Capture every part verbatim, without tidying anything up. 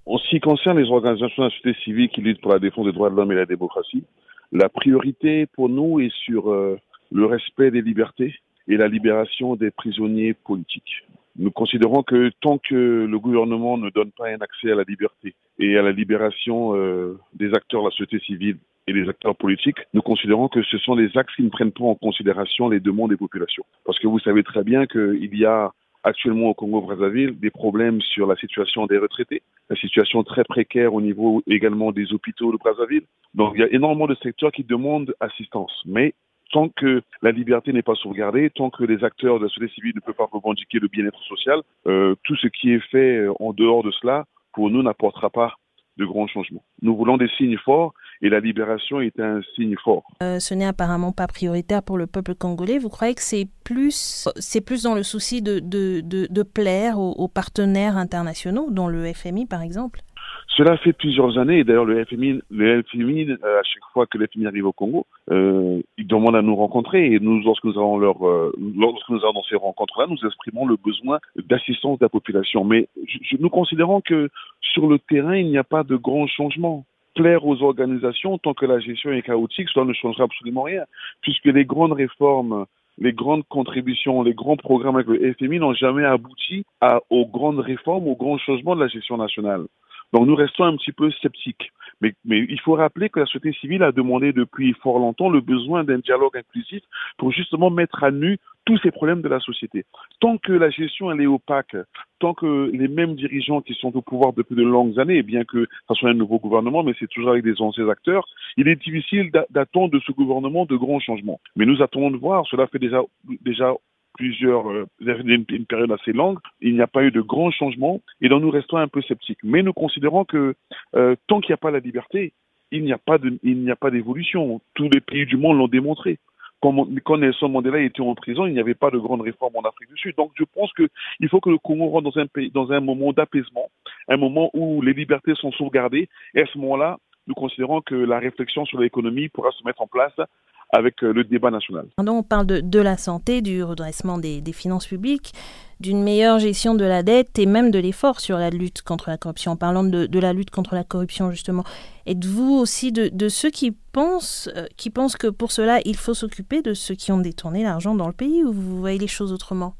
En ce qui concerne les organisations de la société civile qui luttent pour la défense des droits de l'homme et la démocratie, la priorité pour nous est sur euh, le respect des libertés et la libération des prisonniers politiques. Nous considérons que tant que le gouvernement ne donne pas un accès à la liberté et à la libération euh, des acteurs de la société civile et des acteurs politiques, nous considérons que ce sont des axes qui ne prennent pas en considération les demandes des populations. Parce que vous savez très bien qu'il y a actuellement au Congo-Brazzaville des problèmes sur la situation des retraités, la situation très précaire au niveau également des hôpitaux de Brazzaville. Donc il y a énormément de secteurs qui demandent assistance. Mais tant que la liberté n'est pas sauvegardée, tant que les acteurs de la société civile ne peuvent pas revendiquer le bien-être social, euh, tout ce qui est fait en dehors de cela, pour nous, n'apportera pas de grands changements. Nous voulons des signes forts et la libération est un signe fort. Euh, ce n'est apparemment pas prioritaire pour le peuple congolais. Vous croyez que c'est plus, c'est plus dans le souci de, de, de, de plaire aux, aux partenaires internationaux, dont le F M I par exemple? Cela fait plusieurs années, et d'ailleurs le F M I, le F M I euh, à chaque fois que le F M I arrive au Congo, euh, ils demandent à nous rencontrer, et nous, lorsque nous avons leur, euh, lorsque nous avons dans ces rencontres-là, nous exprimons le besoin d'assistance de la population. Mais je, je, nous considérons que sur le terrain, il n'y a pas de grands changements. Plaire aux organisations, tant que la gestion est chaotique, cela ne changera absolument rien, puisque les grandes réformes, les grandes contributions, les grands programmes avec le F M I n'ont jamais abouti à, aux grandes réformes, aux grands changements de la gestion nationale. Donc nous restons un petit peu sceptiques. Mais, mais il faut rappeler que la société civile a demandé depuis fort longtemps le besoin d'un dialogue inclusif pour justement mettre à nu tous ces problèmes de la société. Tant que la gestion elle est opaque, tant que les mêmes dirigeants qui sont au pouvoir depuis de longues années, bien que ce soit un nouveau gouvernement, mais c'est toujours avec des anciens acteurs, il est difficile d'attendre de ce gouvernement de grands changements. Mais nous attendons de voir, cela fait déjà, déjà plusieurs, euh, une, une période assez longue, il n'y a pas eu de grands changements et donc nous restons un peu sceptiques. Mais nous considérons que euh, tant qu'il n'y a pas la liberté, il n'y a pas de, il n'y a pas d'évolution. Tous les pays du monde l'ont démontré. Quand, quand Nelson Mandela était en prison, il n'y avait pas de grandes réformes en Afrique du Sud. Donc je pense qu'il faut que le Congo rentre dans un pays, dans un moment d'apaisement, un moment où les libertés sont sauvegardées. Et à ce moment-là, nous considérons que la réflexion sur l'économie pourra se mettre en place avec le débat national. On parle de, de la santé, du redressement des, des finances publiques, d'une meilleure gestion de la dette et même de l'effort sur la lutte contre la corruption. En parlant de, de la lutte contre la corruption, justement, êtes-vous aussi de, de ceux qui pensent, euh, qui pensent que pour cela, il faut s'occuper de ceux qui ont détourné l'argent dans le pays, ou vous voyez les choses autrement?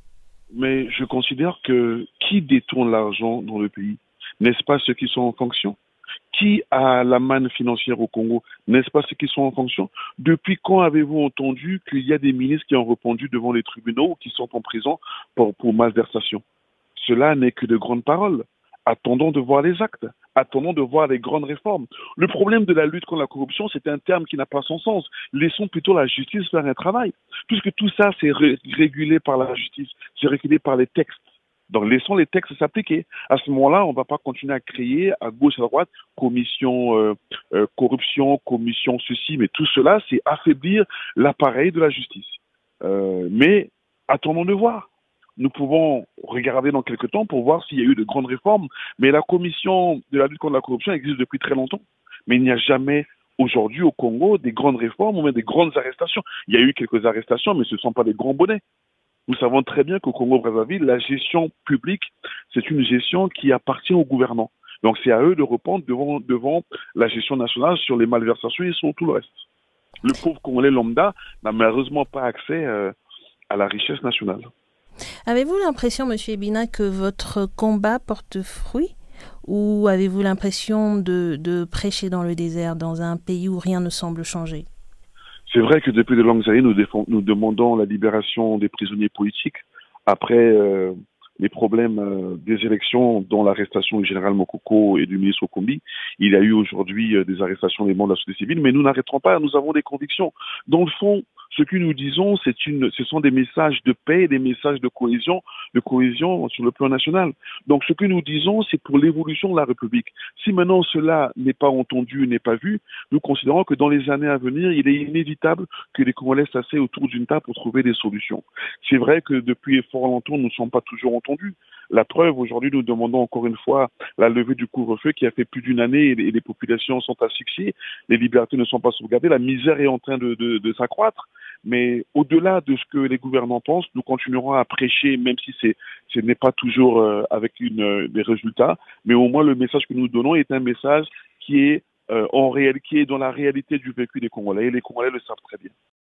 Mais je considère que qui détourne l'argent dans le pays? N'est-ce pas ceux qui sont en fonction? Qui a la manne financière au Congo? N'est-ce pas ceux qui sont en fonction? Depuis quand avez-vous entendu qu'il y a des ministres qui ont répondu devant les tribunaux ou qui sont en prison pour, pour malversation? Cela n'est que de grandes paroles. Attendons de voir les actes. Attendons de voir les grandes réformes. Le problème de la lutte contre la corruption, c'est un terme qui n'a pas son sens. Laissons plutôt la justice faire un travail. Puisque tout ça, c'est ré- régulé par la justice, c'est régulé par les textes. Donc, laissons les textes s'appliquer. À ce moment-là, on ne va pas continuer à créer à gauche, à droite, commission euh, euh, corruption, commission ceci, mais tout cela, c'est affaiblir l'appareil de la justice. Euh, mais attendons de voir. Nous pouvons regarder dans quelques temps pour voir s'il y a eu de grandes réformes, mais la commission de la lutte contre la corruption existe depuis très longtemps. Mais il n'y a jamais aujourd'hui au Congo des grandes réformes ou même des grandes arrestations. Il y a eu quelques arrestations, mais ce ne sont pas des grands bonnets. Nous savons très bien qu'au Congo-Brazzaville, la gestion publique, c'est une gestion qui appartient aux gouvernants. Donc c'est à eux de répondre devant, devant la gestion nationale sur les malversations et sur tout le reste. Le pauvre Congolais lambda n'a malheureusement pas accès euh, à la richesse nationale. Avez-vous l'impression, Monsieur Ebina, que votre combat porte fruit? Ou avez-vous l'impression de, de prêcher dans le désert, dans un pays où rien ne semble changer? C'est vrai que depuis de longues années, nous, défend, nous demandons la libération des prisonniers politiques après euh, les problèmes euh, des élections, dont l'arrestation du général Mokoko et du ministre Okombi. Il y a eu aujourd'hui euh, des arrestations des membres de la société civile, mais nous n'arrêterons pas, nous avons des convictions. Dans le fond, ce que nous disons, c'est une, ce sont des messages de paix, des messages de cohésion, de cohésion sur le plan national. Donc, ce que nous disons, c'est pour l'évolution de la République. Si maintenant cela n'est pas entendu, n'est pas vu, nous considérons que dans les années à venir, il est inévitable que les Congolais s'asseyent autour d'une table pour trouver des solutions. C'est vrai que depuis fort longtemps, nous ne sommes pas toujours entendus. La preuve, aujourd'hui, nous demandons encore une fois la levée du couvre-feu qui a fait plus d'une année et les, et les populations sont asphyxiées, les libertés ne sont pas sauvegardées, la misère est en train de, de, de s'accroître. Mais au-delà de ce que les gouvernants pensent, nous continuerons à prêcher, même si c'est, ce n'est pas toujours euh, avec une, euh, des résultats. Mais au moins, le message que nous donnons est un message qui est, euh, en réel, qui est dans la réalité du vécu des Congolais. Et les Congolais le savent très bien.